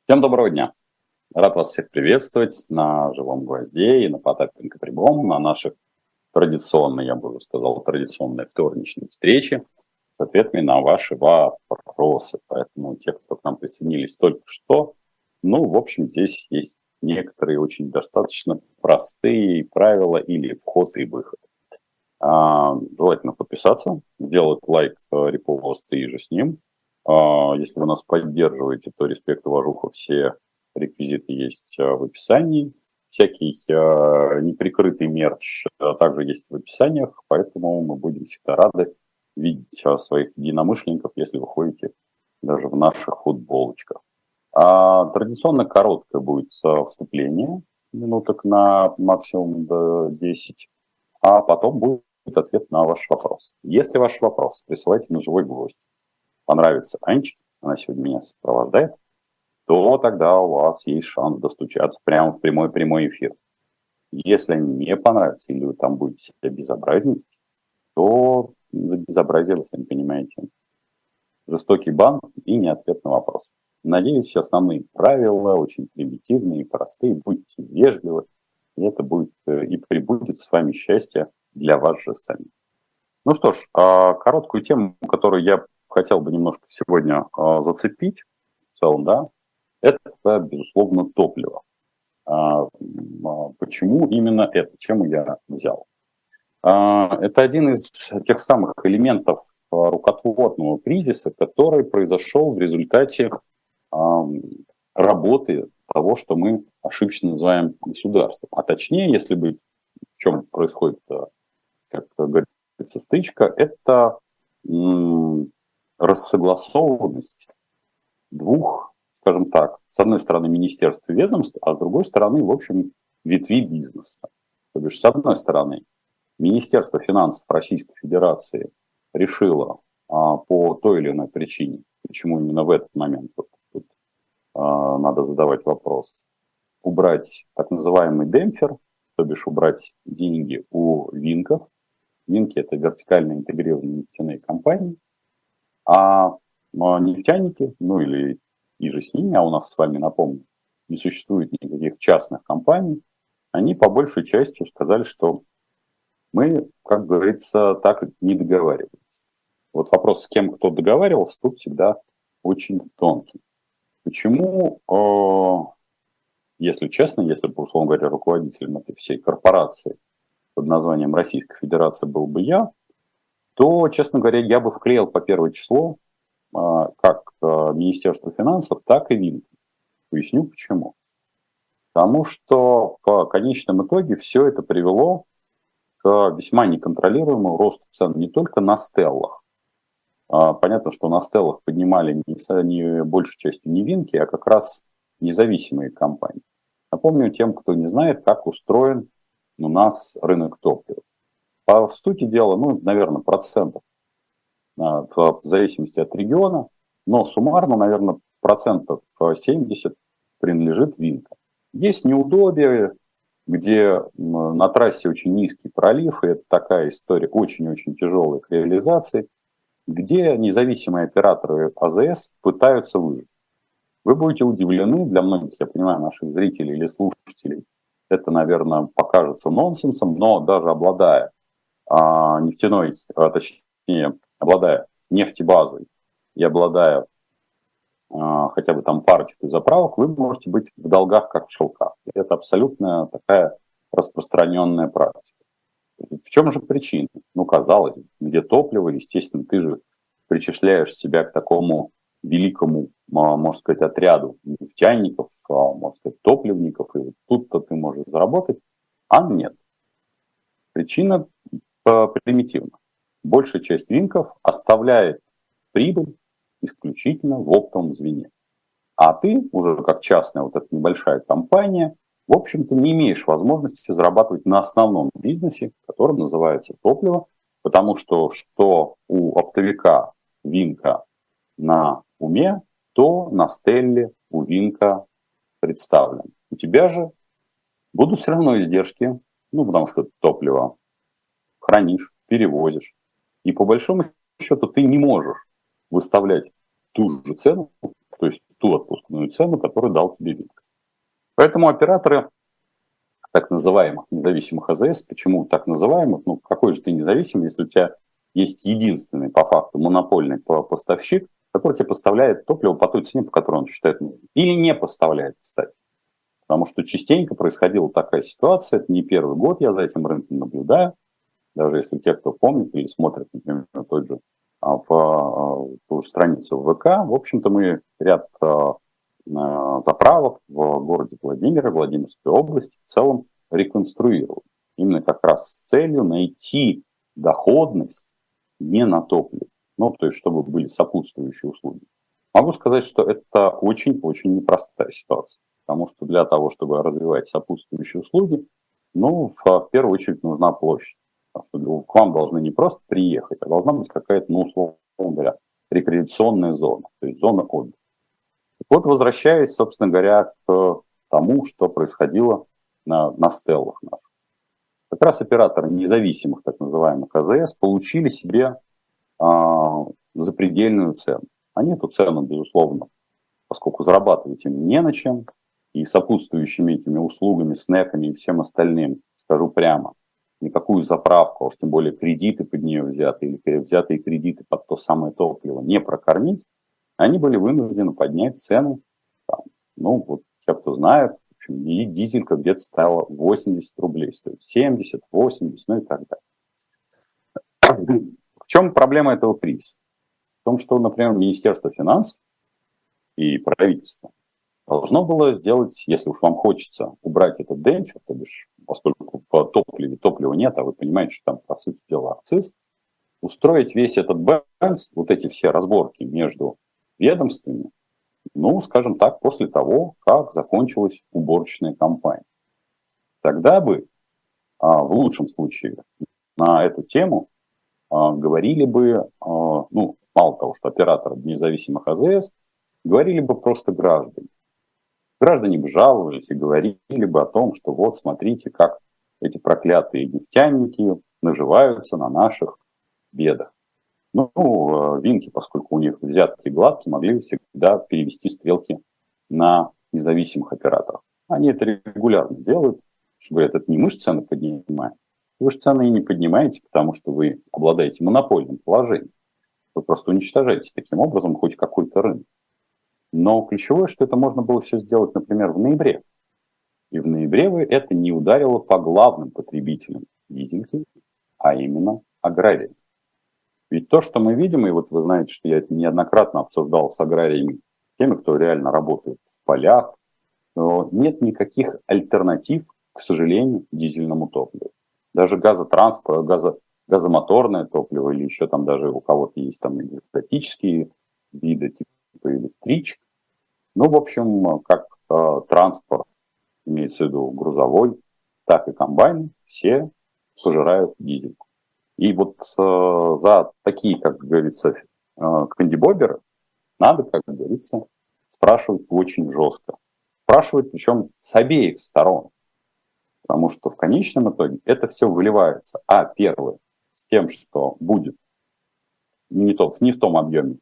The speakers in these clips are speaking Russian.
Всем доброго дня. Рад вас всех приветствовать на «Живом гвозде» и на Потапенко Прямом, на наших традиционной, я бы уже сказал, традиционной вторничной встрече с ответами на ваши вопросы. Поэтому те, кто к нам присоединились только что, ну, в общем, здесь есть некоторые очень достаточно простые правила или вход и выход. Желательно подписаться, сделать лайк, репост и же с ним. Если вы нас поддерживаете, то респект, уважуха, все реквизиты есть в описании. Всякий неприкрытый мерч также есть в описаниях, поэтому мы будем всегда рады видеть своих единомышленников, если вы ходите даже в наших футболочках. Традиционно короткое будет вступление, минуток на максимум до 10, а потом будет ответ на ваш вопрос. Если ваш вопрос присылайте на «Живой гвоздь», понравится Анечке, она сегодня меня сопровождает, то тогда у вас есть шанс достучаться прямо в прямой эфир. Если они не понравятся или вы там будете себя безобразнить, то за безобразие, вы сами понимаете, жестокий бан и не ответ на вопрос. Надеюсь, все основные правила очень примитивные, простые, будьте вежливы, и это будет и прибудет с вами счастье для вас же сами. Ну что ж, короткую тему, которую я хотел бы немножко сегодня зацепить, в целом, да, это, безусловно, топливо. Почему именно эту тему я взял? Это один из тех самых элементов рукотворного кризиса, который произошел в результате работы того, что мы ошибочно называем государством. А точнее, если бы в чем происходит, как говорится, стычка, это рассогласованность двух, скажем так, с одной стороны министерств и ведомств, а с другой стороны, в общем, ветвей бизнеса. То бишь, с одной стороны, Министерство финансов Российской Федерации решило по той или иной причине, почему именно в этот момент тут надо задавать вопрос, убрать так называемый демпфер, то бишь убрать деньги у винков. Винки – это вертикально интегрированные нефтяные компании, а нефтяники, ну или и же с ними, а у нас с вами, напомню, не существует никаких частных компаний, они по большей части сказали, что мы, как говорится, так не договаривались. Вот вопрос, с кем кто договаривался, тут всегда очень тонкий. Почему, если честно, если бы, условно говоря, руководителем этой всей корпорации под названием Российская Федерация был бы я, то, честно говоря, я бы вклеил по первое число как Министерство финансов, так и Винк. Поясню почему. Потому что в конечном итоге все это привело к весьма неконтролируемому росту цен не только на стеллах. Понятно, что на стеллах поднимали не большей частью не Винки, а как раз независимые компании. Напомню тем, кто не знает, как устроен у нас рынок топлива. По сути дела, ну, наверное, процентов в зависимости от региона, но суммарно, наверное, процентов 70 принадлежит Винка. Есть неудобия, где на трассе очень низкий пролив, и это такая история очень-очень тяжелая к реализации, где независимые операторы АЗС пытаются выжить. Вы будете удивлены, для многих, я понимаю, наших зрителей или слушателей, это, наверное, покажется нонсенсом, но даже обладая нефтяной, точнее, обладая нефтебазой и обладая хотя бы там парочкой заправок, вы можете быть в долгах, как в шелках. И это абсолютно такая распространенная практика. В чем же причина? Ну, казалось бы, где топливо, естественно, ты же причисляешь себя к такому великому, можно сказать, отряду нефтяников, можно сказать, топливников, и вот тут-то ты можешь заработать, а нет. Причина примитивна. Большая часть винков оставляет прибыль исключительно в оптовом звене. А ты уже как частная вот эта небольшая компания, в общем-то, не имеешь возможности зарабатывать на основном бизнесе, который называется топливо, потому что у оптовика Винка на уме, то на стелле у Винка представлен. У тебя же будут все равно издержки, ну, потому что топливо хранишь, перевозишь. И по большому счету ты не можешь выставлять ту же цену, то есть ту отпускную цену, которую дал тебе рынок. Поэтому операторы так называемых независимых АЗС, почему так называемых? Ну, какой же ты независимый, если у тебя есть единственный по факту монопольный поставщик, который тебе поставляет топливо по той цене, по которой он считает нужным. Или не поставляет, кстати. Потому что частенько происходила такая ситуация, это не первый год я за этим рынком наблюдаю, даже если те, кто помнит или смотрит, например, ту же страницу в ВК, в общем-то мы ряд заправок в городе Владимире, Владимирской области в целом реконструировали. Именно как раз с целью найти доходность не на топливе, ну, то есть чтобы были сопутствующие услуги. Могу сказать, что это очень-очень непростая ситуация, потому что для того, чтобы развивать сопутствующие услуги, ну, в первую очередь нужна площадь. Потому что к вам должны не просто приехать, а должна быть какая-то, ну, условно говоря, рекреационная зона, то есть зона отдыха. Вот возвращаясь, собственно говоря, к тому, что происходило на стеллах наших. Как раз операторы независимых, так называемых АЗС, получили себе запредельную цену. Они эту цену, безусловно, поскольку зарабатывать им не на чем, и сопутствующими этими услугами, снеками и всем остальным, скажу прямо, никакую заправку, а уж тем более кредиты под нее взяты, или взятые кредиты под то самое топливо не прокормить, они были вынуждены поднять цену. Там, ну, вот те, кто знает, в общем, и дизелька где-то стала 80 рублей, стоит 70, 80, ну и так далее. В чем проблема этого кризиса? В том, что, например, Министерство финансов и правительство должно было сделать, если уж вам хочется убрать этот демпфер, то бишь, поскольку в топливе топлива нет, а вы понимаете, что там, по сути дела, акциз, устроить весь этот баланс, вот эти все разборки между ведомствами, ну, скажем так, после того, как закончилась уборочная кампания. Тогда бы, в лучшем случае, на эту тему говорили бы, ну, мало того, что операторы независимых АЗС, говорили бы просто граждане. Граждане бы жаловались и говорили бы о том, что вот смотрите, как эти проклятые нефтяники наживаются на наших бедах. Ну, Винки, поскольку у них взятки гладкие, могли всегда перевести стрелки на независимых операторов. Они это регулярно делают, что говорят, это не мы же цены поднимаем. Вы же цены и не поднимаете, потому что вы обладаете монопольным положением. Вы просто уничтожаете таким образом хоть какой-то рынок. Но ключевое, что это можно было все сделать, например, в ноябре. И в ноябре это не ударило по главным потребителям дизельки, а именно аграриям. Ведь то, что мы видим, и вот вы знаете, что я это неоднократно обсуждал с аграриями, теми, кто реально работает в полях, нет никаких альтернатив, к сожалению, дизельному топливу. Даже газотранспорт, газомоторное топливо или еще там даже у кого-то есть там экзотические виды, типа электричек. Ну, в общем, как транспорт, имеется в виду грузовой, так и комбайн, все пожирают дизельку. И вот за такие, как говорится, кандибоберы надо, как говорится, спрашивать очень жестко. Спрашивать, причем с обеих сторон. Потому что в конечном итоге это все выливается. Первое, с тем, что будет не в том объеме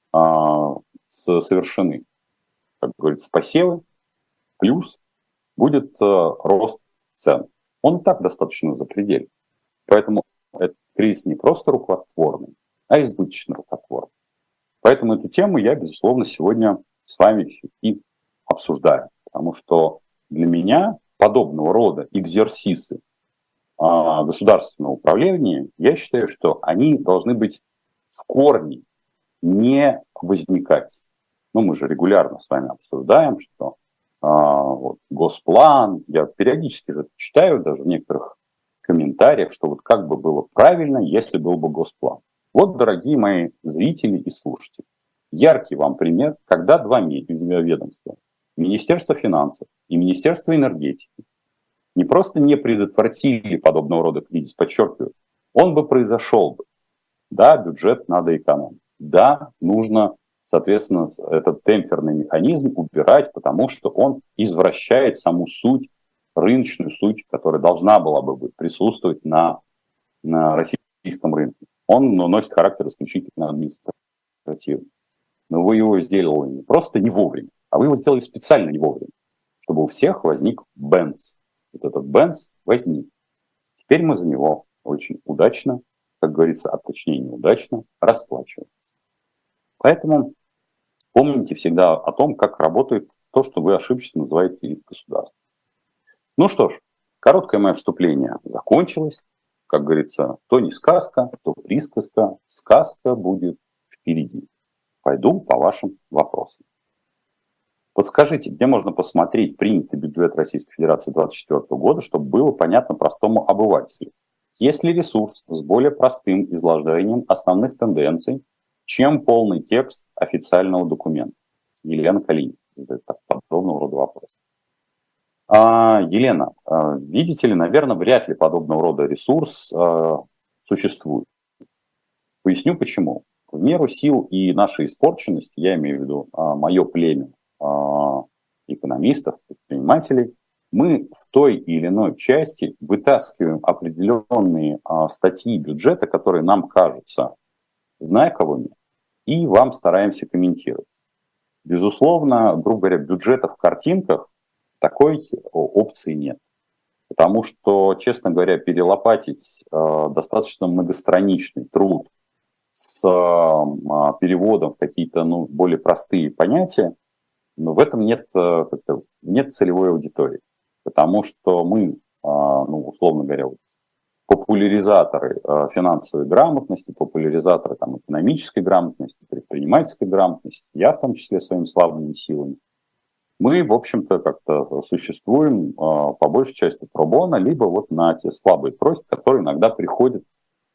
совершены, как говорится, посевы, плюс будет рост цен. Он и так достаточно запредельный. Поэтому этот кризис не просто рукотворный, а избыточно рукотворный. Поэтому эту тему я, безусловно, сегодня с вами и обсуждаю. Потому что для меня подобного рода экзерсисы государственного управления, я считаю, что они должны быть в корне не возникать. Ну, мы же регулярно с вами обсуждаем, что вот, госплан, я периодически же читаю даже в некоторых комментариях, что вот как бы было правильно, если был бы госплан. Вот, дорогие мои зрители и слушатели, яркий вам пример, когда два ведомства, Министерство финансов и Министерство энергетики, не просто не предотвратили подобного рода кризис, подчеркиваю, он бы произошел бы. Да, бюджет надо экономить. Да, нужно, соответственно, этот темперный механизм убирать, потому что он извращает саму суть, рыночную суть, которая должна была бы присутствовать на российском рынке. Он носит характер исключительно административный. Но вы его сделали не просто не вовремя, а вы его сделали специально не вовремя, чтобы у всех возник бенз. Вот этот бенз возник. Теперь мы за него очень удачно, как говорится, а точнее неудачно, расплачиваемся. Поэтому помните всегда о том, как работает то, что вы ошибочно называете государством. Ну что ж, короткое мое вступление закончилось. Как говорится, то не сказка, то присказка. Сказка будет впереди. Пойду по вашим вопросам. Подскажите, где можно посмотреть принятый бюджет Российской Федерации 2024 года, чтобы было понятно простому обывателю? Есть ли ресурс с более простым изложением основных тенденций, чем полный текст официального документа? Елена Калинина задает подобного рода вопрос. Елена, видите ли, наверное, вряд ли подобного рода ресурс существует. Поясню почему. В меру сил и нашей испорченности, я имею в виду мое племя экономистов, предпринимателей, мы в той или иной части вытаскиваем определенные статьи бюджета, которые нам кажутся знаковыми, и вам стараемся комментировать. Безусловно, грубо говоря, бюджета в картинках такой опции нет. Потому что, честно говоря, перелопатить достаточно многостраничный труд с переводом в какие-то более простые понятия, но в этом нет целевой аудитории. Потому что мы, условно говоря, популяризаторы финансовой грамотности, популяризаторы экономической грамотности, предпринимательской грамотности, я в том числе своими слабыми силами, мы, в общем-то, как-то существуем по большей части пробона, либо вот на те слабые крохи, которые иногда приходят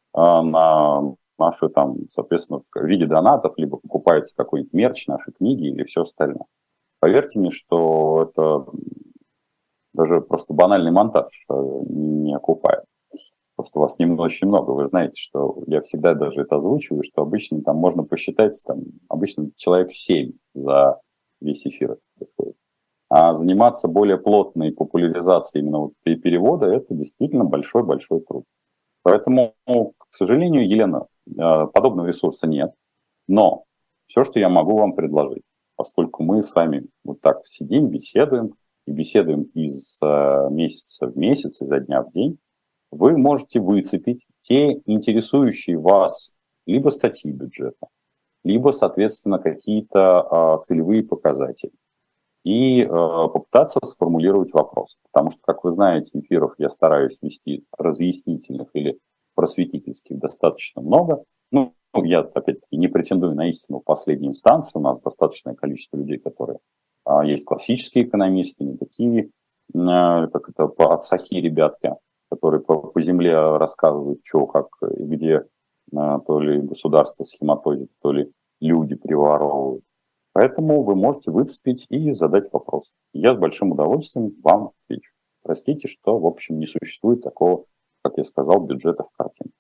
на наши, соответственно, в виде донатов, либо покупается какой-нибудь мерч, наши книги или все остальное. Поверьте мне, что это даже просто банальный монтаж не окупает. Просто вас очень много. Вы знаете, что я всегда даже это озвучиваю, что обычно там можно посчитать, обычно человек 7 за весь эфир происходит. А заниматься более плотной популяризацией именно перевода – это действительно большой-большой труд. Поэтому, к сожалению, Елена, подобного ресурса нет. Но все, что я могу вам предложить, поскольку мы с вами вот так сидим, беседуем, и беседуем из месяца в месяц, изо дня в день, вы можете выцепить те интересующие вас либо статьи бюджета, либо, соответственно, какие-то целевые показатели. И попытаться сформулировать вопрос. Потому что, как вы знаете, эфиров я стараюсь вести разъяснительных или просветительских достаточно много. Я, опять-таки, не претендую на истину в последней инстанции. У нас достаточное количество людей, которые есть классические экономисты, не такие, как это, отсахи ребятки, которые по земле рассказывают, что, как и где то ли государство схематозит, то ли люди приворовывают. Поэтому вы можете выцепить и задать вопрос. Я с большим удовольствием вам отвечу. Простите, что, в общем, не существует такого, как я сказал, бюджета в картине.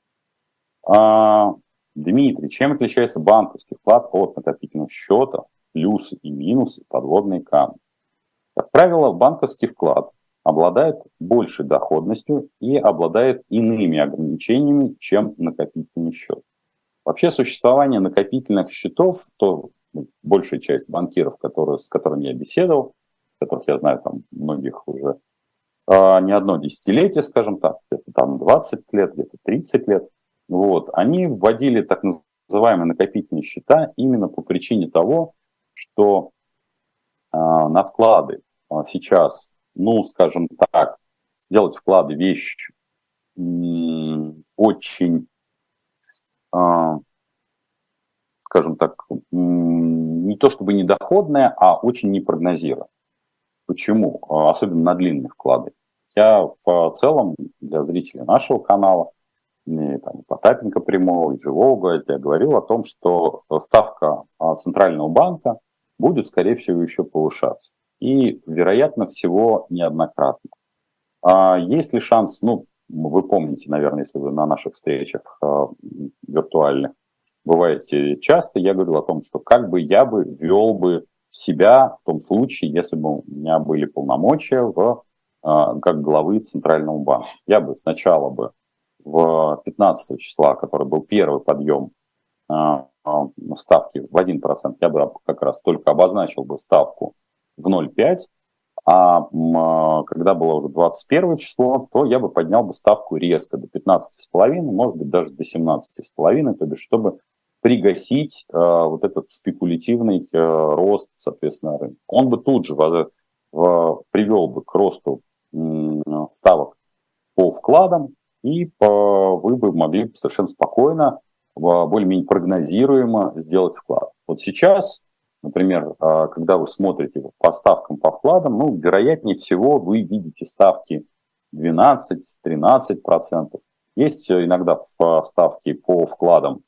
Дмитрий, чем отличается банковский вклад от накопительных счетов, плюсы и минусы, подводные камни? Как правило, банковский вклад обладает большей доходностью и обладает иными ограничениями, чем накопительный счет. Вообще существование накопительных счетов, то большая часть банкиров, с которыми я беседовал, которых я знаю многих уже не одно десятилетие, скажем так, где-то 20 лет, где-то 30 лет, они вводили так называемые накопительные счета именно по причине того, что на вклады сейчас, скажем так, сделать вклады вещь очень, скажем так, не то чтобы недоходная, а очень непрогнозируемая. Почему? Особенно на длинные вклады. Я в целом для зрителей нашего канала, и Потапенко прямого, и Живого гвоздя говорил о том, что ставка Центрального банка будет, скорее всего, еще повышаться. И, вероятно всего, неоднократно. Есть ли шанс, вы помните, наверное, если вы на наших встречах виртуальных бываете часто, я говорил о том, что как бы я бы вел бы себя в том случае, если бы у меня были полномочия как главы Центрального банка. Я бы сначала в 15 числа, который был первый подъем ставки в 1%, я бы как раз только обозначил бы ставку в 0,5%, а когда было уже 21 число, то я бы поднял бы ставку резко до 15,5%, может быть, даже до 17,5%, то бишь, чтобы пригасить вот этот спекулятивный рост, соответственно, рынка. Он бы тут же привел бы к росту ставок по вкладам, и вы бы могли совершенно спокойно, более-менее прогнозируемо сделать вклад. Вот сейчас, например, когда вы смотрите по ставкам по вкладам, ну, вероятнее всего вы видите ставки 12-13%. Есть иногда ставки по вкладам,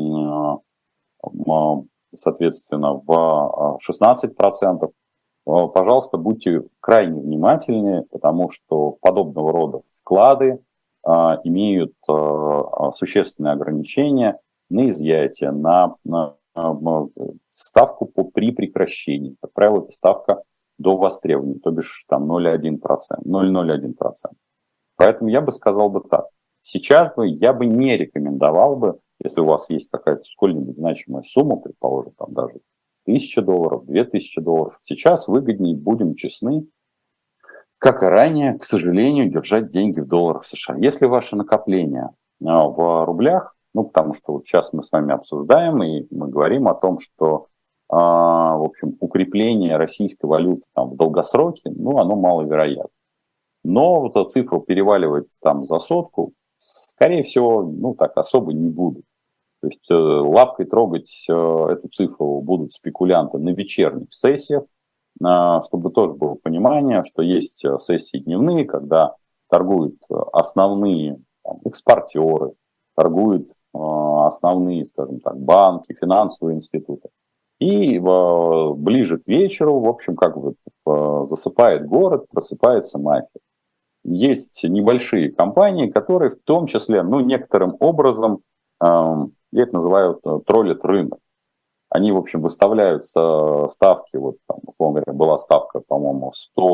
соответственно, в 16%. Пожалуйста, будьте крайне внимательны, потому что подобного рода вклады имеют существенные ограничения на изъятие, на ставку при прекращении. Как правило, это ставка до востребования, то бишь там 0,01%. Поэтому я бы сказал бы так. Сейчас бы я бы не рекомендовал бы, если у вас есть какая-то сколь-нибудь значимая сумма, предположим, там даже $1000, $2000. Сейчас выгоднее, будем честны, как и ранее, к сожалению, держать деньги в долларах США. Если ваши накопления в рублях, ну, потому что вот сейчас мы с вами обсуждаем, и мы говорим о том, что, в общем, укрепление российской валюты там, в долгосроке, ну, оно маловероятно. Но вот цифру переваливать там за сотку, скорее всего, ну, так особо не будут. То есть лапкой трогать эту цифру будут спекулянты на вечерних сессиях, чтобы тоже было понимание, что есть сессии дневные, когда торгуют основные экспортеры, торгуют основные, скажем так, банки, финансовые институты. И ближе к вечеру, в общем, как бы засыпает город, просыпается мафия. Есть небольшие компании, которые в том числе, ну, некоторым образом, я это называю, троллят рынок. Они, в общем, выставляют ставки, вот там, условно говоря, была ставка, по-моему,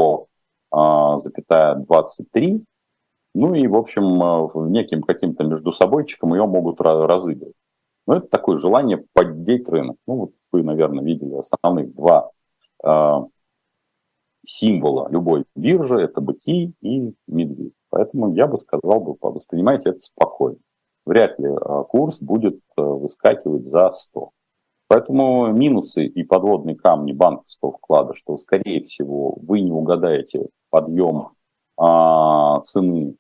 100,23, ну и, в общем, неким каким-то между собойчиком ее могут разыгрывать. Ну, это такое желание поддеть рынок. Ну, вот вы, наверное, видели основных два символа любой биржи, это быки и медведь. Поэтому я бы сказал, воспринимайте это спокойно. Вряд ли курс будет выскакивать за 100. Поэтому минусы и подводные камни банковского вклада, что, скорее всего, вы не угадаете подъем цены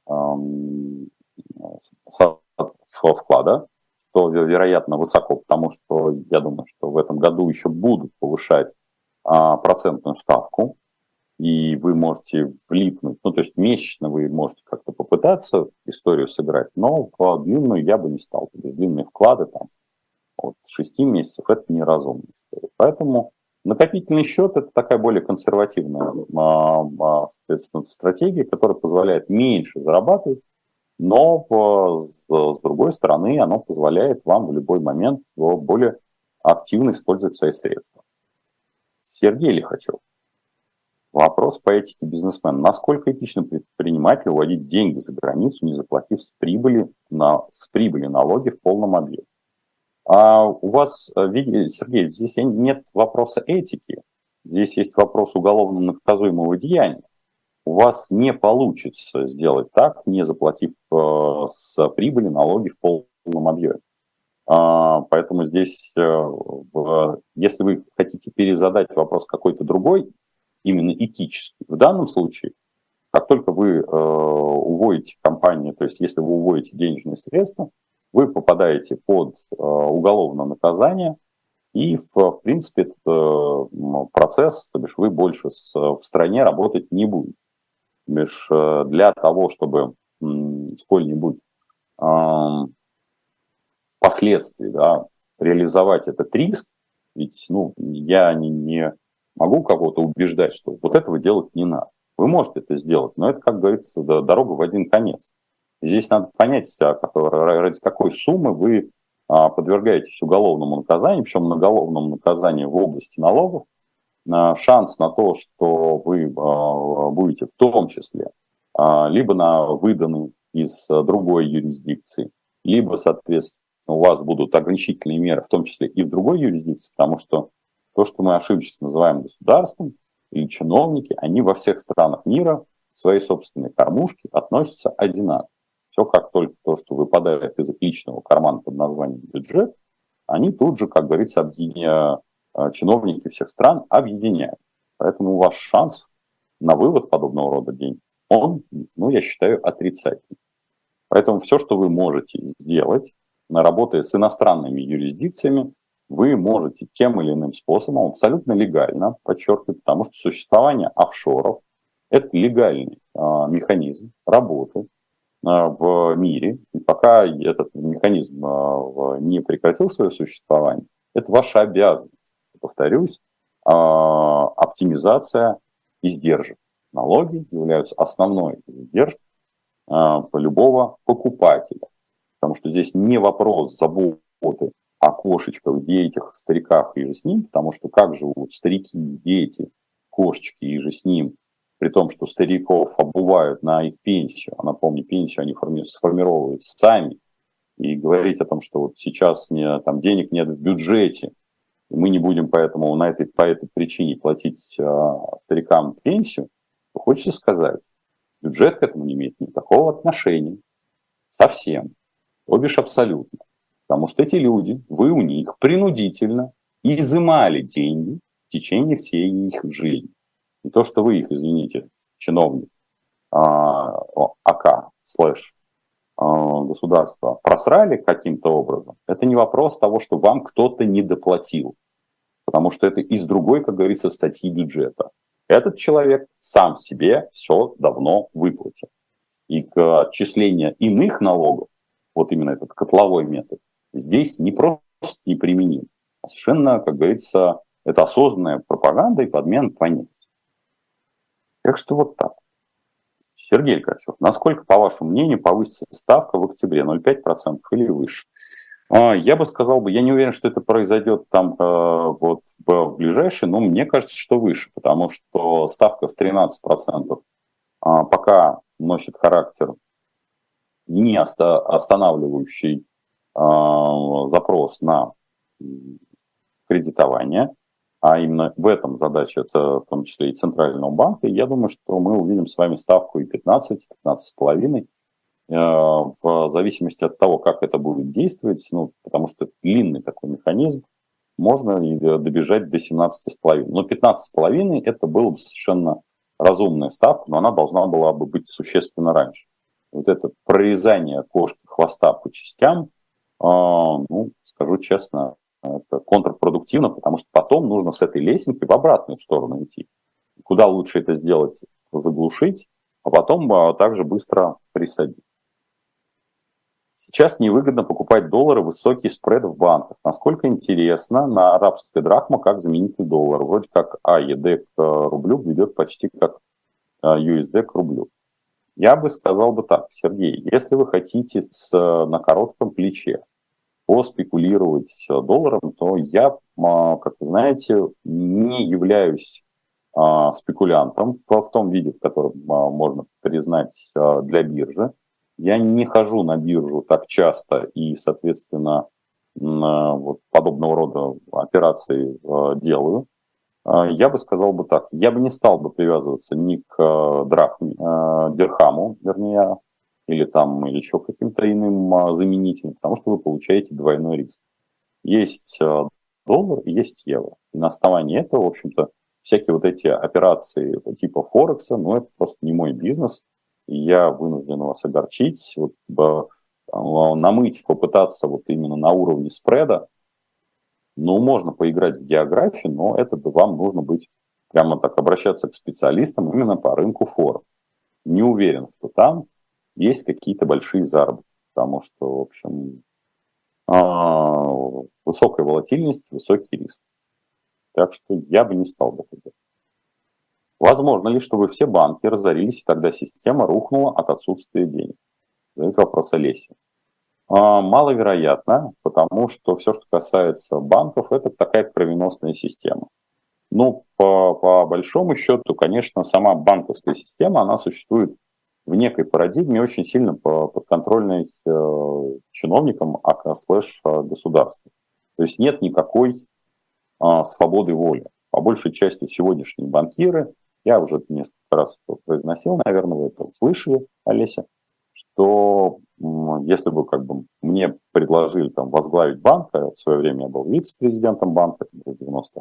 вклада, что, вероятно, высоко, потому что я думаю, что в этом году еще будут повышать процентную ставку, и вы можете влипнуть, ну, то есть месячно вы можете как-то попытаться историю сыграть, но в длинную я бы не стал. Длинные вклады там от 6 месяцев – это неразумная история. Поэтому накопительный счет – это такая более консервативная, соответственно, стратегия, которая позволяет меньше зарабатывать, но с другой стороны она позволяет вам в любой момент более активно использовать свои средства. Сергей Лихачев. Вопрос по этике бизнесмена. Насколько этично предпринимателю вводить деньги за границу, не заплатив с прибыли налоги в полном объеме? У вас, Сергей, здесь нет вопроса этики, здесь есть вопрос уголовно наказуемого деяния. У вас не получится сделать так, не заплатив с прибыли налоги в полном объеме. Поэтому здесь, если вы хотите перезадать вопрос какой-то другой, именно этический, в данном случае, как только вы уводите компанию, то есть если вы уводите денежные средства, вы попадаете под уголовное наказание, и, в принципе, этот процесс, то бишь вы больше в стране работать не будете. Лишь для того, чтобы сколь-нибудь впоследствии, да, реализовать этот риск, ведь я не могу кого-то убеждать, что вот этого делать не надо. Вы можете это сделать, но это, как говорится, дорога в один конец. Здесь надо понять, ради какой суммы вы подвергаетесь уголовному наказанию, причем на уголовном наказании в области налогов. Шанс на то, что вы будете в том числе либо выданы из другой юрисдикции, либо, соответственно, у вас будут ограничительные меры, в том числе и в другой юрисдикции, потому что то, что мы ошибочно называем государством или чиновники, они во всех странах мира к своей собственной кормушке относятся одинаково. Все как только то, что выпадает из их личного кармана под названием бюджет, они тут же, как говорится, чиновники всех стран объединяют. Поэтому ваш шанс на вывод подобного рода денег, он, я считаю, отрицательный. Поэтому все, что вы можете сделать, работая с иностранными юрисдикциями, вы можете тем или иным способом, абсолютно легально, подчеркиваю, потому что существование офшоров – это легальный механизм работы в мире. И пока этот механизм не прекратил свое существование, это ваша обязанность. Повторюсь, оптимизация издержек. Налоги являются основной издержкой любого покупателя. Потому что здесь не вопрос заботы о кошечках, детях, стариках и же с ним, потому что как живут старики, дети, кошечки и же с ним, при том, что стариков обувают на их пенсию, а напомню, пенсию они сформировывают сами, и говорить о том, что вот сейчас там денег нет в бюджете, и мы не будем поэтому по этой причине платить старикам пенсию, то хочется сказать, бюджет к этому не имеет никакого отношения совсем, то бишь абсолютно. Потому что эти люди, вы у них принудительно изымали деньги в течение всей их жизни. И то, что вы их, извините, чиновник АК государства просрали каким-то образом, это не вопрос того, что вам кто-то не доплатил. Потому что это из другой, как говорится, статьи бюджета. Этот человек сам себе все давно выплатил. И к отчислению иных налогов, вот именно этот котловой метод, здесь не просто неприменим, а совершенно, как говорится, это осознанная пропаганда и подмена понятий. Так что вот так. Сергей Ткачев, насколько, по вашему мнению, повысится ставка в октябре? 0,5% или выше? Я бы сказал, я не уверен, что это произойдет там вот в ближайшее, но мне кажется, что выше, потому что ставка в 13% пока носит характер не останавливающий запрос на кредитование, а именно в этом задача, в том числе и Центрального банка. И я думаю, что мы увидим с вами ставку и 15, 15,5, в зависимости от того, как это будет действовать, потому что длинный такой механизм, можно и добежать до 17,5. Но 15,5 это было бы совершенно разумная ставка, но она должна была бы быть существенно раньше. Вот это прорезание кошки хвоста по частям, скажу честно, это контрпродуктивно, потому что потом нужно с этой лесенки в обратную сторону идти. Куда лучше это сделать? Заглушить, а потом также быстро присадить. Сейчас невыгодно покупать доллары, высокий спред в банках. Насколько интересно, на арабской драхма как заменитель доллара. Вроде как АЕД к рублю ведет почти как USD к рублю. Я бы сказал бы так, Сергей, если вы хотите на коротком плече поспекулировать долларом, то я, как вы знаете, не являюсь спекулянтом в том виде, в котором можно признать для биржи. Я не хожу на биржу так часто и, соответственно, вот подобного рода операции делаю. Я бы сказал бы так, я бы не стал бы привязываться ни к дирхаму, вернее, или еще каким-то иным заменителем, потому что вы получаете двойной риск. Есть доллар, есть евро. И на основании этого, в общем-то, всякие вот эти операции типа Форекса, это просто не мой бизнес. И я вынужден вас огорчить, намыть, попытаться вот именно на уровне спреда. Можно поиграть в географию, но это вам нужно быть, прямо так обращаться к специалистам именно по рынку Форекс. Не уверен, что там есть какие-то большие заработки, потому что, в общем, высокая волатильность, высокий риск. Так что я бы не стал бы это делать. Возможно ли, чтобы все банки разорились, и тогда система рухнула от отсутствия денег? Задает вопрос Олеся. Маловероятно, потому что все, что касается банков, это такая кровеносная система. По большому счету, конечно, сама банковская система, она существует в некой парадигме очень сильно подконтрольной чиновникам слэш государству. То есть нет никакой свободы воли. По большей части сегодняшние банкиры, я уже несколько раз это произносил, наверное, вы это слышали, Олеся, что если бы как бы мне предложили там возглавить банк, в свое время я был вице-президентом банка, это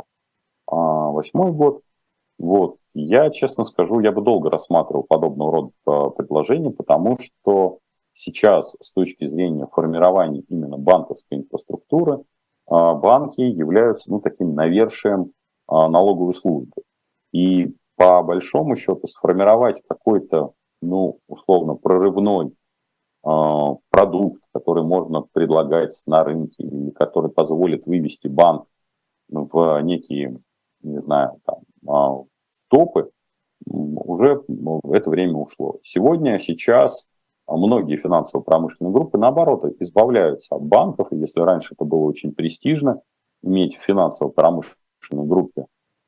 98 год, вот, я, честно скажу, я бы долго рассматривал подобного рода предложения, потому что сейчас с точки зрения формирования именно банковской инфраструктуры банки являются таким навершием налоговой службы. И по большому счету сформировать какой-то, условно, прорывной продукт, который можно предлагать на рынке, или который позволит вывести банк в некие, не знаю, там, в топы, уже это время ушло. Сейчас многие финансово-промышленные группы, наоборот, избавляются от банков, и если раньше это было очень престижно, иметь в финансово-промышленной группе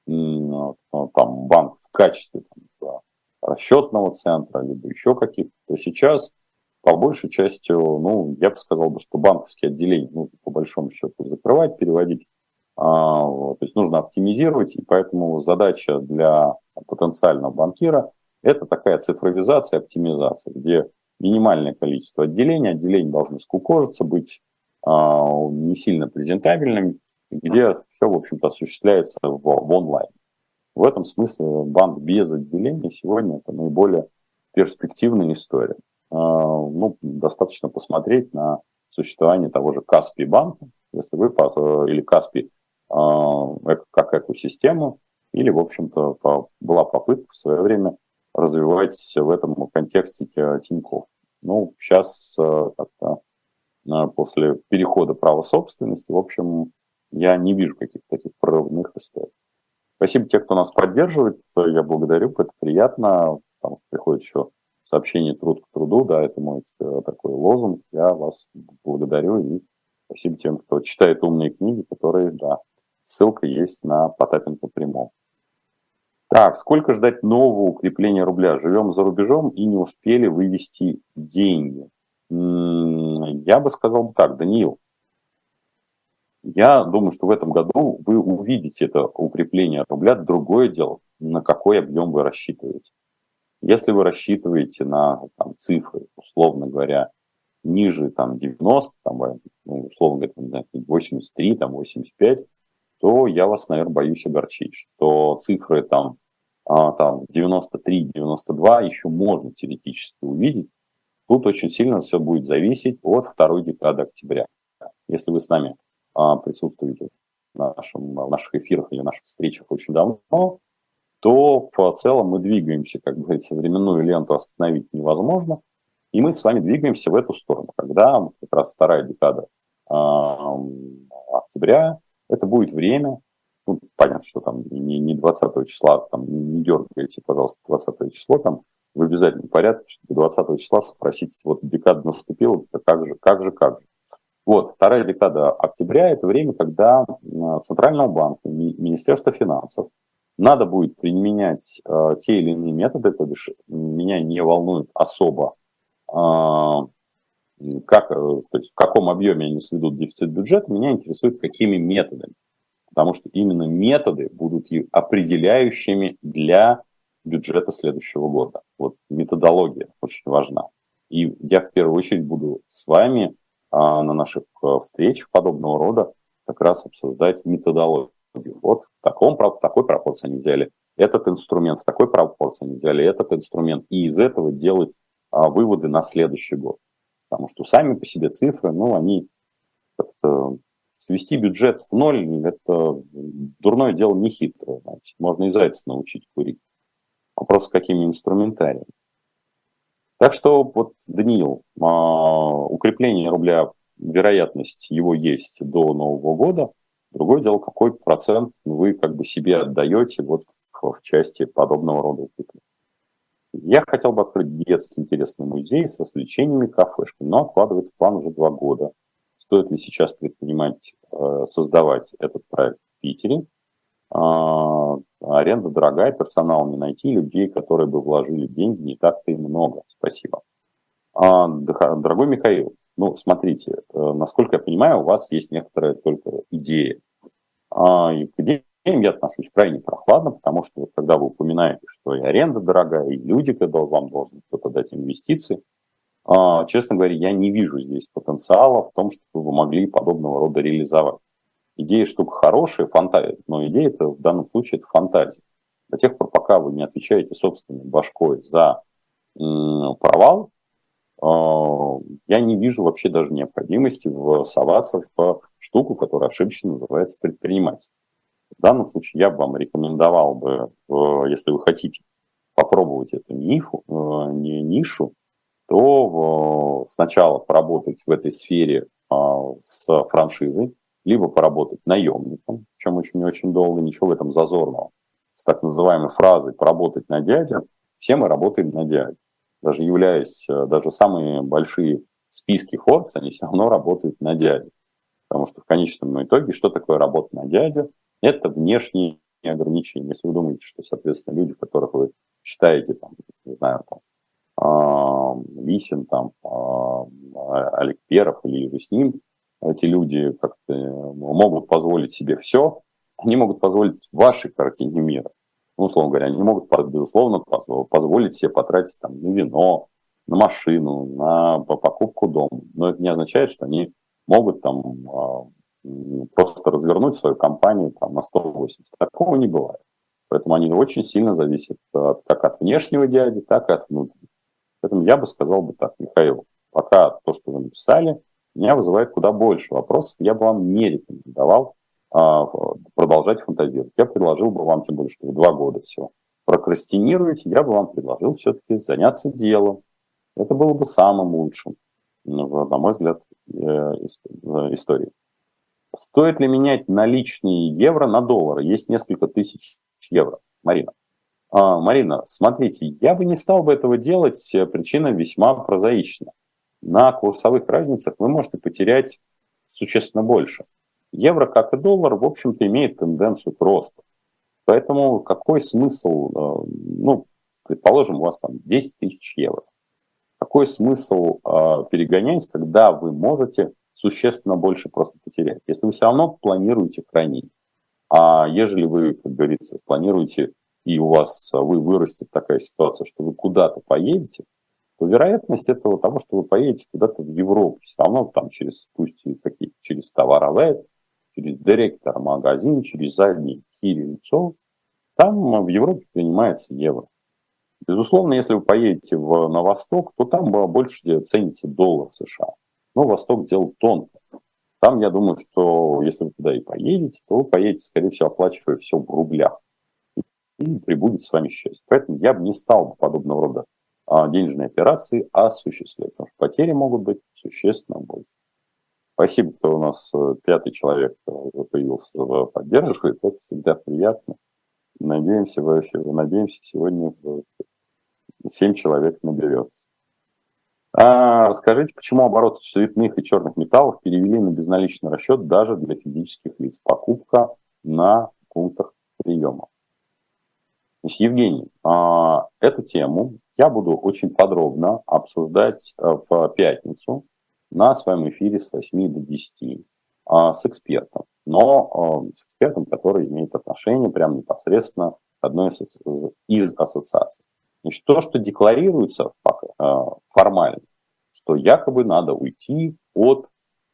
там, банк в качестве расчетного центра, либо еще каких-то, то сейчас по большей части, я бы сказал, что банковские отделения нужно по большому счету закрывать, переводить. То есть нужно оптимизировать, и поэтому задача для потенциального банкира – это такая цифровизация, оптимизация, где минимальное количество отделений должны скукожиться, быть не сильно презентабельными, где все, в общем-то, осуществляется в онлайн. В этом смысле банк без отделений сегодня это наиболее перспективная история. Достаточно посмотреть на существование того же Каспий банка, если вы, или Каспий как экосистему, или, в общем-то, была попытка в свое время развивать в этом контексте Тинькофф. Сейчас как-то после перехода права собственности, в общем, я не вижу каких-то таких прорывных историй. Спасибо тем, кто нас поддерживает. Я благодарю, это приятно, потому что приходит еще сообщение «Труд к труду», да, это мой такой лозунг. Я вас благодарю и спасибо тем, кто читает умные книги, которые, да, ссылка есть на Потапенко прямом. Так, сколько ждать нового укрепления рубля? Живем за рубежом и не успели вывести деньги. Я бы сказал так, Даниил. Я думаю, что в этом году вы увидите это укрепление рубля. Другое дело, на какой объем вы рассчитываете. Если вы рассчитываете на цифры, условно говоря, ниже 90, условно говоря, 83, 85, то я вас, наверное, боюсь огорчить, что цифры 93-92 еще можно теоретически увидеть. Тут очень сильно все будет зависеть от второй декады октября. Если вы с нами присутствуете в наших эфирах или наших встречах очень давно, то в целом мы двигаемся, как говорится, временную ленту остановить невозможно, и мы с вами двигаемся в эту сторону, когда как раз вторая декада октября, это будет время, понятно, что там не 20 числа, не дергайте, пожалуйста, 20 число, в обязательном порядке, что 20 числа спросить, вот декада наступила, как же. Вот, вторая декада октября – это время, когда Центральному банку, Министерство финансов надо будет применять те или иные методы, то бишь меня не волнует особо, то есть в каком объеме они сведут дефицит бюджета, меня интересует, какими методами. Потому что именно методы будут и определяющими для бюджета следующего года. Вот методология очень важна. И я в первую очередь буду с вами на наших встречах подобного рода как раз обсуждать методологию. Вот в такой пропорции они взяли этот инструмент, в такой пропорции они взяли этот инструмент. И из этого делать выводы на следующий год. Потому что сами по себе цифры, они как-то... Свести бюджет в ноль – это дурное дело не хитрое. Значит. Можно и зайца научить курить. Вопрос, с какими инструментариями. Так что, вот, Даниил, укрепление рубля, вероятность его есть до Нового года. Другое дело, какой процент вы как бы себе отдаете вот в части подобного рода укрепления. Я хотел бы открыть детский интересный музей с развлечениями, кафешками, но откладывает план уже 2 года. Стоит ли сейчас предпринимать, создавать этот проект в Питере? Аренда дорогая, персонал не найти, людей, которые бы вложили деньги, не так-то и много. Спасибо. Дорогой Михаил, ну, смотрите, насколько я понимаю, у вас есть некоторая только идея. И к идеям я отношусь крайне прохладно, потому что вот, когда вы упоминаете, что и аренда дорогая, и люди, когда вам должен кто-то дать инвестиции, честно говоря, я не вижу здесь потенциала в том, чтобы вы могли подобного рода реализовать. Идея штука хорошая, фантазия, но идея это в данном случае это фантазия. До тех пор, пока вы не отвечаете собственной башкой за провал, я не вижу вообще даже необходимости соваться в штуку, которая ошибочно называется предпринимательство. В данном случае я бы вам рекомендовал бы, если вы хотите попробовать эту нишу, то сначала поработать в этой сфере с франшизой, либо поработать наемником, причем очень-очень долго, ничего в этом зазорного. С так называемой фразой «поработать на дядя», все мы работаем на дядю. Даже являясь, даже самые большие списки Forbes, они все равно работают на дядю. Потому что в конечном итоге, что такое работа на дядю? Это внешние ограничения. Если вы думаете, что, соответственно, люди, которых вы считаете, там, не знаю, там, Лисин, там, Олег Перов или же с ним, эти люди как-то могут позволить себе все, они могут позволить вашей картине мира. Ну, условно говоря, они могут, безусловно, позволить себе потратить там, на вино, на машину, на покупку дома. Но это не означает, что они могут там просто развернуть свою компанию там, на 180. Такого не бывает. Поэтому они очень сильно зависят как от внешнего дяди, так и от внутреннего. Поэтому я бы сказал бы так, Михаил, пока то, что вы написали, меня вызывает куда больше вопросов, я бы вам не рекомендовал продолжать фантазировать. Я предложил бы вам, тем более, что вы 2 года всего прокрастинируете, я бы вам предложил все-таки заняться делом. Это было бы самым лучшим, на мой взгляд, истории. Стоит ли менять наличные евро на доллары? Есть несколько тысяч евро. Марина. Марина, смотрите, я бы не стал бы этого делать, причина весьма прозаична. На курсовых разницах вы можете потерять существенно больше. Евро, как и доллар, в общем-то, имеет тенденцию к росту. Поэтому какой смысл, ну, предположим, у вас там 10 тысяч евро. Какой смысл перегонять, когда вы можете существенно больше просто потерять? Если вы все равно планируете хранить, а ежели вы, как говорится, планируете, и у вас вырастет такая ситуация, что вы куда-то поедете, то вероятность этого того, что вы поедете куда-то в Европу, все равно там через товаровед, через директор магазин, через задний кириллицо, там в Европе принимается евро. Безусловно, если вы поедете на Восток, то там больше цените доллар США. Но Восток дело тонко. Там, я думаю, что если вы туда и поедете, то вы поедете, скорее всего, оплачивая все в рублях. И прибудет с вами счастье. Поэтому я бы не стал подобного рода денежные операции осуществлять, потому что потери могут быть существенно больше. Спасибо, кто у нас 5-й человек появился, поддерживает. Это всегда приятно. Надеемся, сегодня 7 человек наберется. Скажите, почему оборот цветных и черных металлов перевели на безналичный расчет даже для физических лиц? Покупка на пунктах приема. Значит, Евгений, эту тему я буду очень подробно обсуждать в пятницу на своем эфире с 8 до 10 с экспертом. Но с экспертом, который имеет отношение прямо непосредственно к одной из ассоциаций. Значит, то, что декларируется формально, что якобы надо уйти от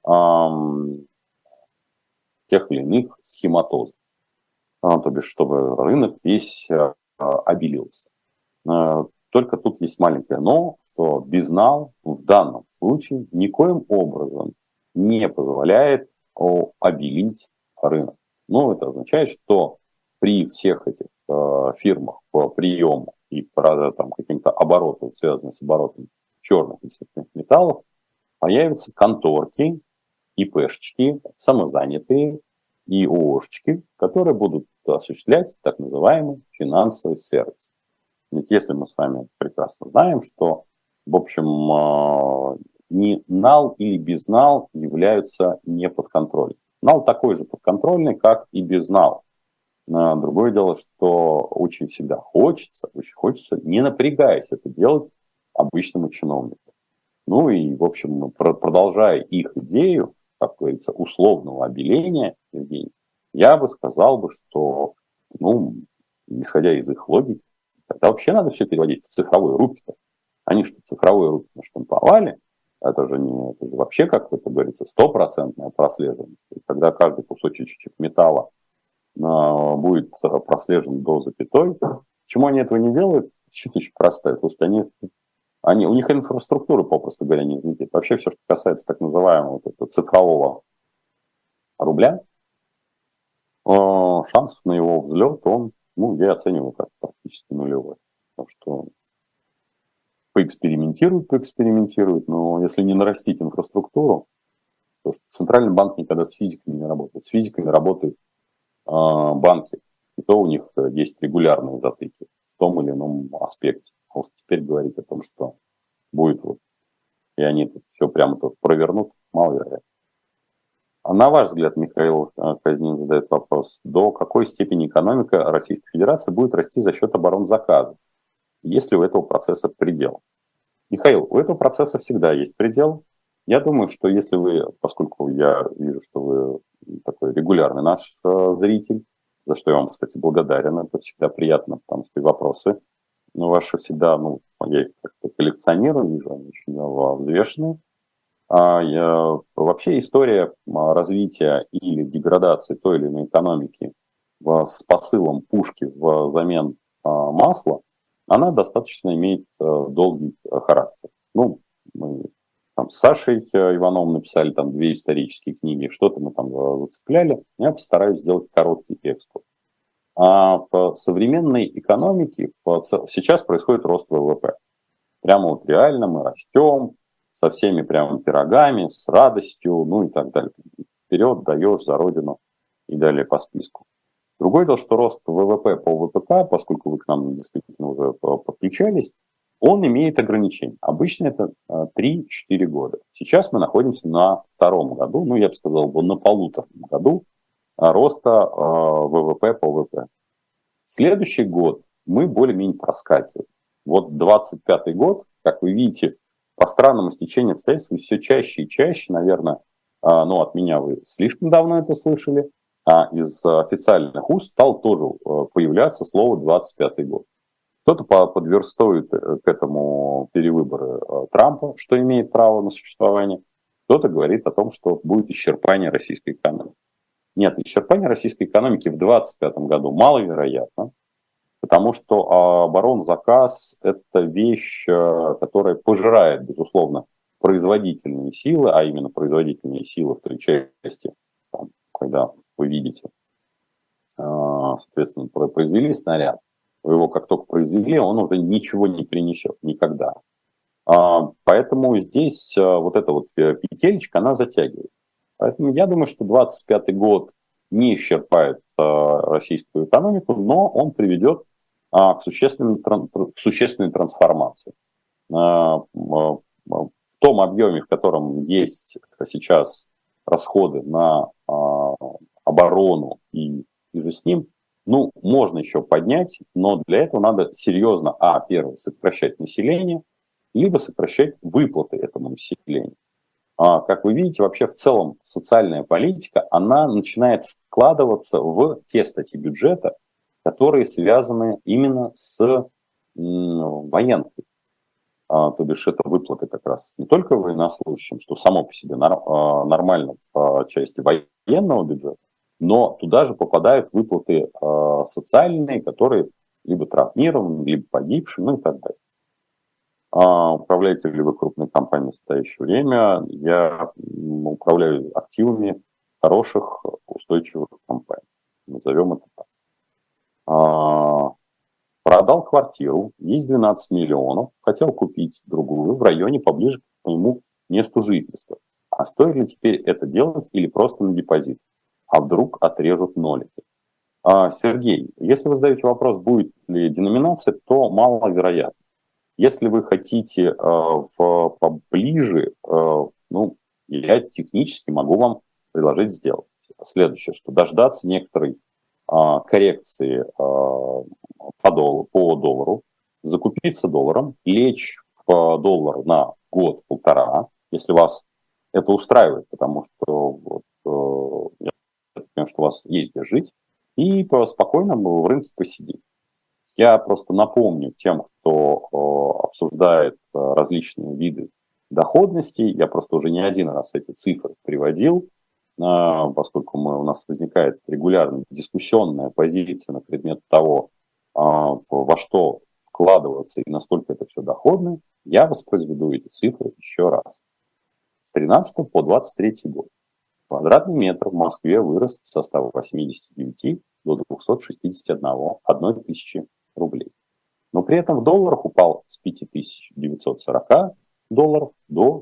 тех или иных схематозов, то бишь, чтобы рынок весь обелился. Только тут есть маленькое но, что безнал в данном случае никоим образом не позволяет обелить рынок. Ну, это означает, что при всех этих фирмах по приему и там, каким-то оборотам, связанным с оборотом черных и цветных металлов, появятся конторки, ИПшечки, самозанятые и ООшечки, которые будут осуществлять так называемый финансовый сервис. Ведь если мы с вами прекрасно знаем, что, в общем, ни нал или безнал являются не подконтрольными. Нал такой же подконтрольный, как и безнал. Другое дело, что очень всегда хочется, очень хочется, не напрягаясь это делать обычному чиновнику. Ну и, в общем, продолжая их идею, как говорится, условного обеления, Евгений, я бы сказал бы, что, ну, исходя из их логики, тогда вообще надо все переводить в цифровые руки. Они что, цифровые руки наштамповали, это же вообще, как это говорится, стопроцентная прослеживаемость. И когда каждый кусочек металла будет прослежен до запятой. Почему они этого не делают? Причина очень простая. Слушайте, у них инфраструктура, попросту говоря, не взлетит. Вообще все, что касается так называемого вот этого цифрового рубля, шансов на его взлет, я оцениваю как практически нулевой. Потому что поэкспериментируют, но если не нарастить инфраструктуру, то что Центральный банк никогда с физиками не работает. С физиками работают банки. И то у них есть регулярные затыки в том или ином аспекте. А уж теперь говорить о том, что будет и они тут все прямо тут провернут, маловероятно. А на ваш взгляд, Михаил Казнин задает вопрос, до какой степени экономика Российской Федерации будет расти за счет оборонзаказа? Есть ли у этого процесса предел? Михаил, у этого процесса всегда есть предел. Я думаю, что если вы, поскольку я вижу, что вы такой регулярный наш зритель, за что я вам, кстати, благодарен, это всегда приятно, потому что и вопросы ваши всегда, я их как-то коллекционирую, вижу, они очень взвешенные. Вообще история развития или деградации той или иной экономики с посылом пушки взамен масла, она достаточно имеет долгий характер. Мы там с Сашей Ивановым написали там 2 исторические книги, что-то мы там зацепляли. Я постараюсь сделать короткий экскурс. В современной экономике сейчас происходит рост ВВП. Прямо реально мы растем со всеми прямо пирогами, с радостью, и так далее. Вперед даешь за родину и далее по списку. Другое дело, что рост ВВП по ВПК, поскольку вы к нам действительно уже подключались, он имеет ограничения. Обычно это 3-4 года. Сейчас мы находимся на 2-м году, я бы сказал, на 1,5 году роста ВВП по ВВП. Следующий год мы более-менее проскакиваем. Вот 25-й год, как вы видите, по странному стечению обстоятельств все чаще и чаще, наверное, от меня вы слишком давно это слышали, а из официальных уст стал тоже появляться слово 25-й год. Кто-то подверстует к этому перевыборы Трампа, что имеет право на существование. Кто-то говорит о том, что будет исчерпание российской экономики. Нет, исчерпание российской экономики в 2025 году маловероятно, потому что оборонзаказ – это вещь, которая пожирает, безусловно, производительные силы, а именно производительные силы в той части, когда вы видите, соответственно, произвели снаряд, вы его как только произвели, он уже ничего не принесет никогда. Поэтому здесь вот эта вот петелечка, она затягивает. Поэтому я думаю, что 25-й год не исчерпает российскую экономику, но он приведет к существенной трансформации. В том объеме, в котором есть сейчас расходы на оборону и же с ним, можно еще поднять, но для этого надо серьезно, первое, сокращать население, либо сокращать выплаты этому населению. Как вы видите, вообще в целом социальная политика, она начинает вкладываться в те статьи бюджета, которые связаны именно с военкой. То бишь это выплаты как раз не только военнослужащим, что само по себе нормально в части военного бюджета, но туда же попадают выплаты социальные, которые либо травмированным, либо погибшим, и так далее. Управляете ли вы крупной компанией в настоящее время? Я управляю активами хороших, устойчивых компаний. Назовем это так. Продал квартиру, есть 12 миллионов, хотел купить другую в районе поближе к моему месту жительства. А стоит ли теперь это делать или просто на депозит? А вдруг отрежут нолики? Сергей, если вы задаете вопрос, будет ли деноминация, то маловероятно. Если вы хотите поближе, я технически могу вам предложить сделать. Следующее, что дождаться некоторой коррекции по доллару, закупиться долларом, лечь в доллар на год-полтора, если вас это устраивает, потому что я понимаю, что у вас есть где жить, и спокойно в рынке посидеть. Я просто напомню тем, кто обсуждает различные виды доходности, я просто уже не один раз эти цифры приводил, поскольку у нас возникает регулярно дискуссионная позиция на предмет того, во что вкладываться и насколько это все доходно, я воспроизведу эти цифры еще раз. С 13 по 23 год. Квадратный метр в Москве вырос со 189 до 261 тысячи рублей. Но при этом в долларах упал с 5940 долларов до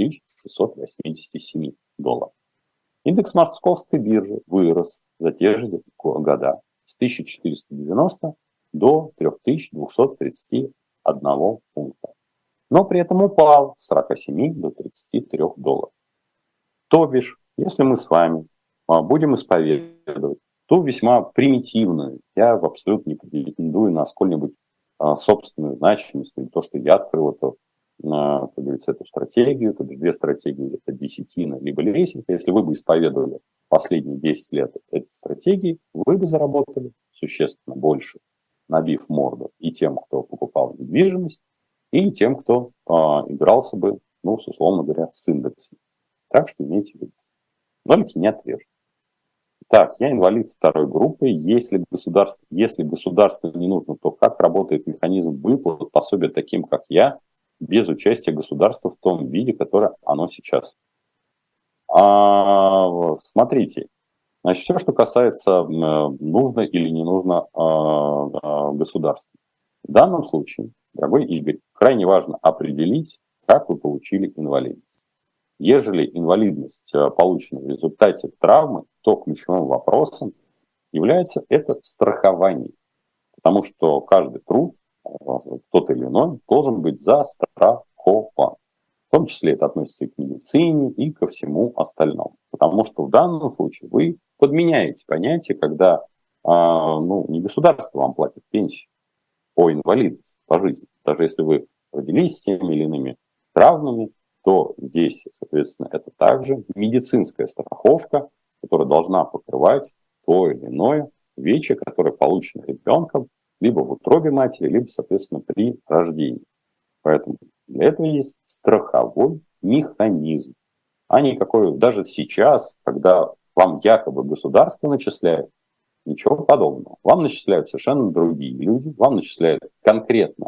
2687 долларов. Индекс московской биржи вырос за те же года с 1490 до 3231 пункта. Но при этом упал с 47 до 33 долларов. То бишь, если мы с вами будем исповедовать ту весьма примитивную, я абсолютно не претендую на сколь-нибудь собственную значимость, или то, что я открыл эту, как говорится, эту стратегию, то бишь две стратегии, это десятина, либо лесенка. Если вы бы исповедовали последние 10 лет эти стратегии, вы бы заработали существенно больше, набив морду и тем, кто покупал недвижимость, и тем, кто игрался бы, ну, условно говоря, с индексом. Так что имейте в виду. Нолики не отрежут. Так, я инвалид второй группы. Если государству не нужно, то как работает механизм выплат пособия таким, как я, без участия государства в том виде, которое оно сейчас? Смотрите, значит, все, что касается нужно или не нужно государству. В данном случае, дорогой Игорь, крайне важно определить, как вы получили инвалидность. Ежели инвалидность получена в результате травмы, то ключевым вопросом является это страхование. Потому что каждый труд, тот или иной, должен быть застрахован. В том числе это относится и к медицине, и ко всему остальному. Потому что в данном случае вы подменяете понятие, когда не государство вам платит пенсию по инвалидности, по жизни. Даже если вы родились с теми или иными травмами, то здесь, соответственно, это также медицинская страховка, которая должна покрывать то или иное увечье, которое получено ребенком либо в утробе матери, либо, соответственно, при рождении. Поэтому для этого есть страховой механизм, а никакой даже сейчас, когда вам якобы государство начисляет, ничего подобного. Вам начисляют совершенно другие люди, вам начисляют конкретно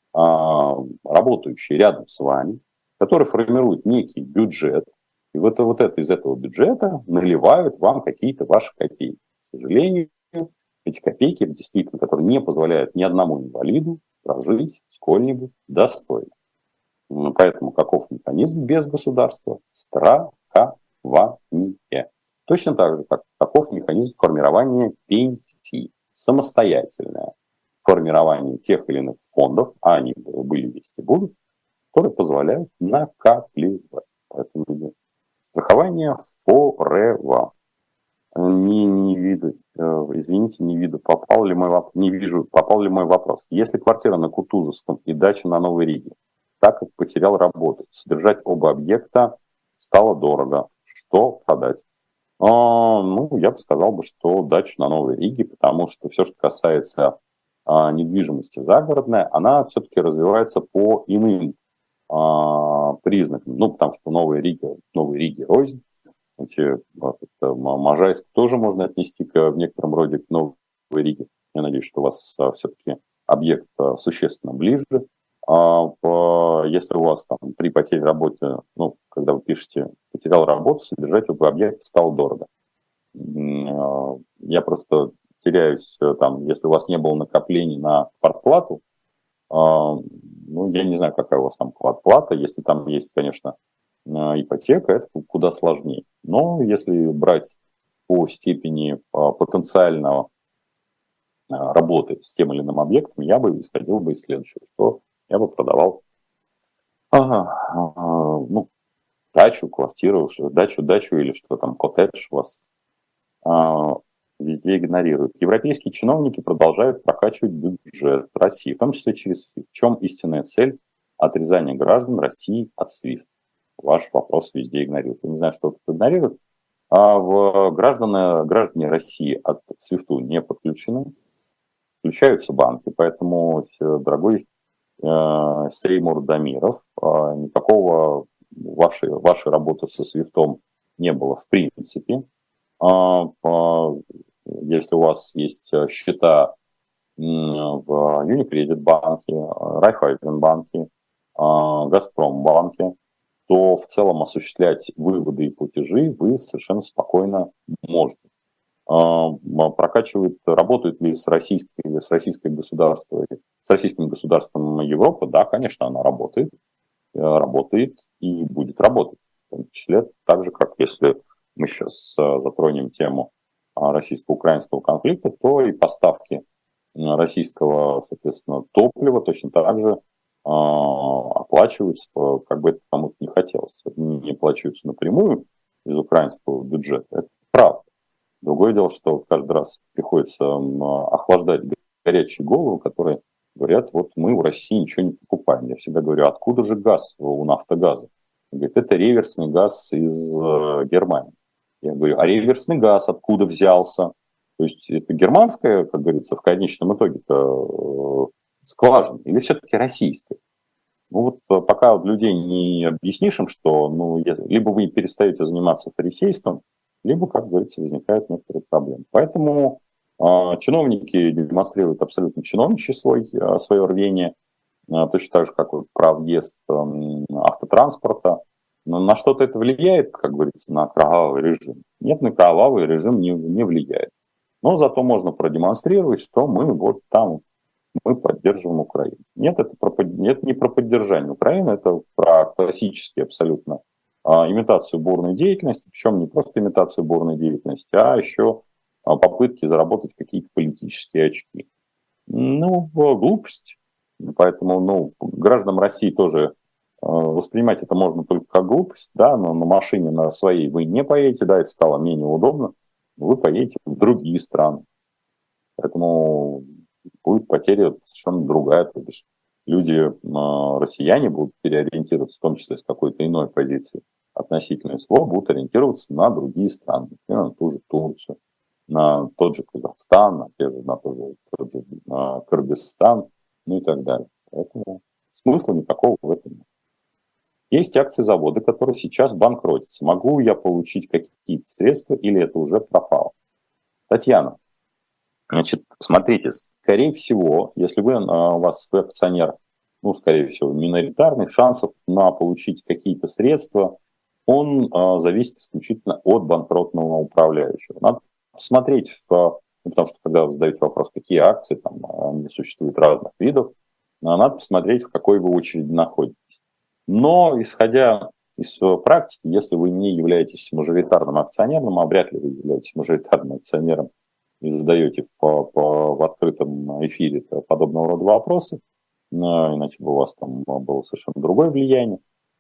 работающие рядом с вами, которые формируют некий бюджет, и вот это из этого бюджета наливают вам какие-то ваши копейки. К сожалению, эти копейки, действительно, которые не позволяют ни одному инвалиду прожить сколь-нибудь достойно. Поэтому каков механизм без государства? Страхование. Точно так же, как каков механизм формирования пенсии? Самостоятельное формирование тех или иных фондов, а они были, есть и будут, которые позволяют накапливать. Поэтому страхование forever. Не виду, извините, не вижу, попал ли мой вопрос. Если квартира на Кутузовском и дача на Новой Риге, так как потерял работу, содержать оба объекта стало дорого. Что продать? Я бы сказал, что дача на Новой Риге, потому что все, что касается недвижимости загородная, она все-таки развивается по иным признакам. Потому что Новой Риге рознь. Можайск тоже можно отнести в некотором роде к Новой Риге. Я надеюсь, что у вас все-таки объект существенно ближе. Если у вас там при потере работы, когда вы пишете «потерял работу», содержать оба объекта стало дорого. Я просто теряюсь, если у вас не было накоплений на квартплату, я не знаю, какая у вас там квартплата. Если там есть, конечно, ипотека, это куда сложнее. Но если брать по степени потенциального работы с тем или иным объектом, я бы исходил бы из следующего, что я бы продавал дачу, квартиру, дачу или что там, коттедж у вас. везде игнорируют. Европейские чиновники продолжают прокачивать бюджет России, в том числе через SWIFT. В чем истинная цель отрезания граждан России от SWIFT? Ваш вопрос везде игнорируют. Я не знаю, что тут игнорируют. Граждане России от SWIFT не подключены, включаются банки, поэтому, дорогой Сеймур Дамиров, никакого вашей работы со SWIFT не было в принципе. Если у вас есть счета в Unicredit банке, Райффайзен банке, Газпром банке, то в целом осуществлять выводы и платежи вы совершенно спокойно можете. Работает ли с российским государством Европы? Да, конечно, она работает и будет работать. В том числе так же, как если мы сейчас затронем тему российско-украинского конфликта, то и поставки российского, соответственно, топлива точно так же оплачиваются, как бы это кому-то не хотелось. Не оплачиваются напрямую из украинского бюджета, это правда. Другое дело, что каждый раз приходится охлаждать горячие головы, которые говорят, вот мы в России ничего не покупаем. Я всегда говорю, откуда же газ у «Нафтогаза»? Говорит, это реверсный газ из Германии. Я говорю, а реверсный газ откуда взялся? То есть это германская, как говорится, в конечном итоге скважина или все-таки российская? Ну вот пока людей не объяснишь им, что либо вы перестаете заниматься фарисейством, либо, как говорится, возникают некоторые проблемы. Поэтому чиновники демонстрируют абсолютно чиновничье свое рвение, точно так же, как вот про въезд автотранспорта. Но на что-то это влияет, как говорится, на кровавый режим? Нет, на кровавый режим не влияет. Но зато можно продемонстрировать, что мы вот там мы поддерживаем Украину. Нет, это не про поддержание Украины, это про классический абсолютно имитацию бурной деятельности, причем не просто имитацию бурной деятельности, а еще попытки заработать какие-то политические очки. Глупость. Поэтому, гражданам России тоже воспринимать это можно только как глупость, да, но на машине на своей вы не поедете, да, это стало менее удобно, вы поедете в другие страны. Поэтому будет потеря совершенно другая, то бишь люди, россияне будут переориентироваться, в том числе с какой-то иной позиции относительно СВО, будут ориентироваться на другие страны, например, на ту же Турцию, на тот же Казахстан, на тот же Кыргызстан, и так далее. Поэтому смысла никакого в этом нет. Есть акции завода, которые сейчас банкротятся. Могу я получить какие-то средства или это уже пропало? Татьяна, значит, смотрите, скорее всего, если у вас акционер, скорее всего, миноритарный, шансов на получить какие-то средства, он зависит исключительно от банкротного управляющего. Надо посмотреть, потому что когда вы задаете вопрос, какие акции, там они существуют разных видов, надо посмотреть, в какой вы очереди находитесь. Но, исходя из практики, если вы не являетесь мажоритарным акционером, а вряд ли вы являетесь мажоритарным акционером и задаете в открытом эфире подобного рода вопросы, иначе бы у вас там было совершенно другое влияние,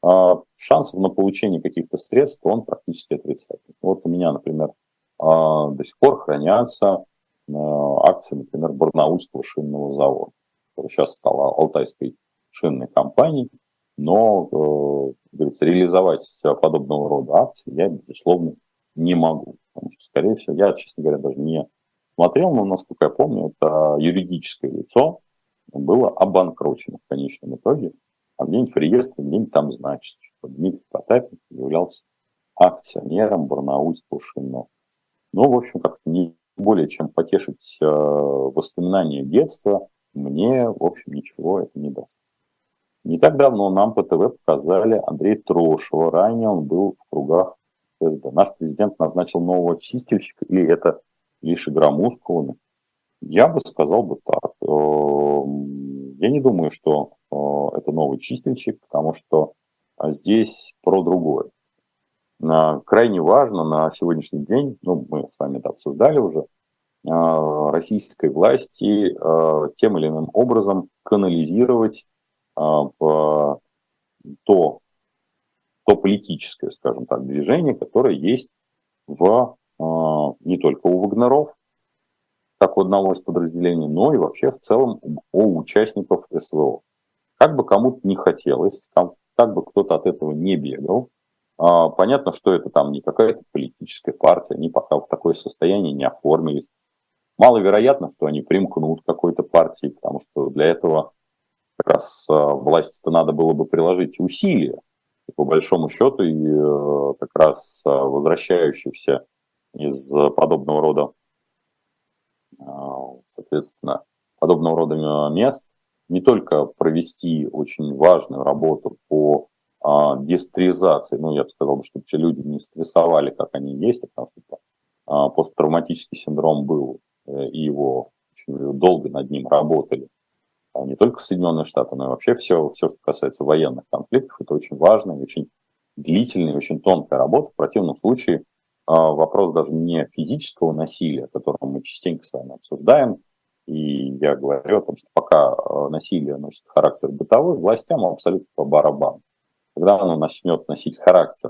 шансов на получение каких-то средств, он практически отрицательный. Вот у меня, например, до сих пор хранятся акции, например, Барнаульского шинного завода, который сейчас стал Алтайской шинной компанией, но, как говорится, реализовать подобного рода акции я, безусловно, не могу. Потому что, скорее всего, я, честно говоря, даже не смотрел, но, насколько я помню, это юридическое лицо было обанкрочено в конечном итоге, а где-нибудь в реестре, где-нибудь там значится, что Дмитрий Потапенко являлся акционером Барнаульского шинного. В общем, как-то не более чем потешить воспоминания детства, мне, в общем, ничего это не даст. Не так давно нам по ТВ показали Андрея Трошева. Ранее он был в кругах ФСБ. Наш президент назначил нового чистильщика, или это лишь игра мускулами? Я бы сказал бы так. Я не думаю, что это новый чистильщик, потому что здесь про другое. Крайне важно на сегодняшний день, мы с вами это обсуждали уже, российской власти тем или иным образом канализировать в то политическое, скажем так, движение, которое есть не только у Вагнеров, как у одного из подразделений, но и вообще в целом у участников СВО. Как бы кому-то не хотелось, как бы кто-то от этого не бегал, понятно, что это там не какая-то политическая партия, они пока в такое состояние не оформились. Маловероятно, что они примкнут к какой-то партии, потому что для этого как раз власти-то надо было бы приложить усилия. И по большому счету, и как раз возвращающихся из подобного рода, соответственно, подобного рода мест, не только провести очень важную работу по дестрессации, ну, я бы сказал, чтобы все люди не стрессовали, как они есть, потому что посттравматический синдром был, и его очень долго над ним работали. Не только Соединенные Штаты, но и вообще все, что касается военных конфликтов, это очень важная, очень длительная, очень тонкая работа. В противном случае вопрос даже не физического насилия, которое мы частенько с вами обсуждаем, и я говорю о том, что пока насилие носит характер бытовой, властям абсолютно по барабану. Когда оно начнет носить характер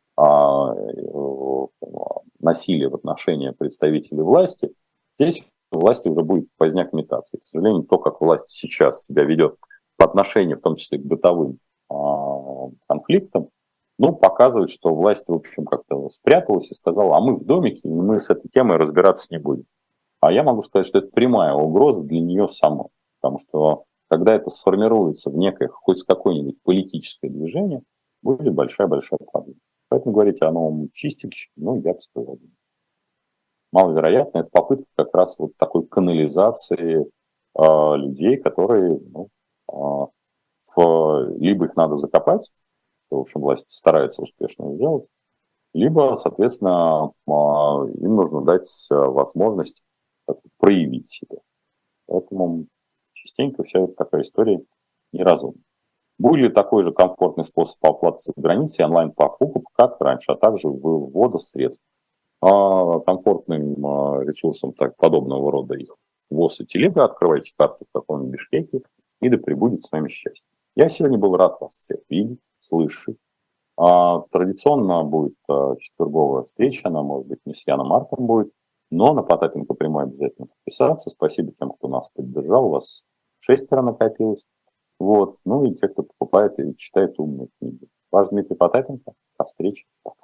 насилия в отношении представителей власти, здесь власти уже будет поздняк метаться. К сожалению, то, как власть сейчас себя ведет по отношению, в том числе к бытовым конфликтам, ну, показывает, что власть, в общем, как-то спряталась и сказала, а мы в домике, и мы с этой темой разбираться не будем. А я могу сказать, что это прямая угроза для нее самой. Потому что когда это сформируется в некое, хоть какое-нибудь политическое движение, будет большая-большая проблема. Поэтому говорить о новом чистильщике, ну, я бы сказал, маловероятно, это попытка как раз вот такой канализации людей, которые, ну, либо их надо закопать, что, в общем, власть старается успешно сделать, либо, соответственно, им нужно дать возможность проявить себя. Поэтому частенько вся эта такая история неразумна. Будет ли такой же комфортный способ оплаты за границей онлайн-покупок, как раньше, а также вывода средств? Комфортным ресурсом подобного рода их ВОЗ и телега, открывайте карту в каком-нибудь Бишкеке, и да пребудет с вами счастье. Я сегодня был рад вас всех видеть, слышать. Традиционно будет четверговая встреча, она, может быть, не с Яном Мартом будет, но на Потапенко прямой обязательно подписаться. Спасибо тем, кто нас поддержал, у вас 6 накопилось. Вот. Ну и те, кто покупает и читает умные книги. Ваш Дмитрий Потапенко. До встречи.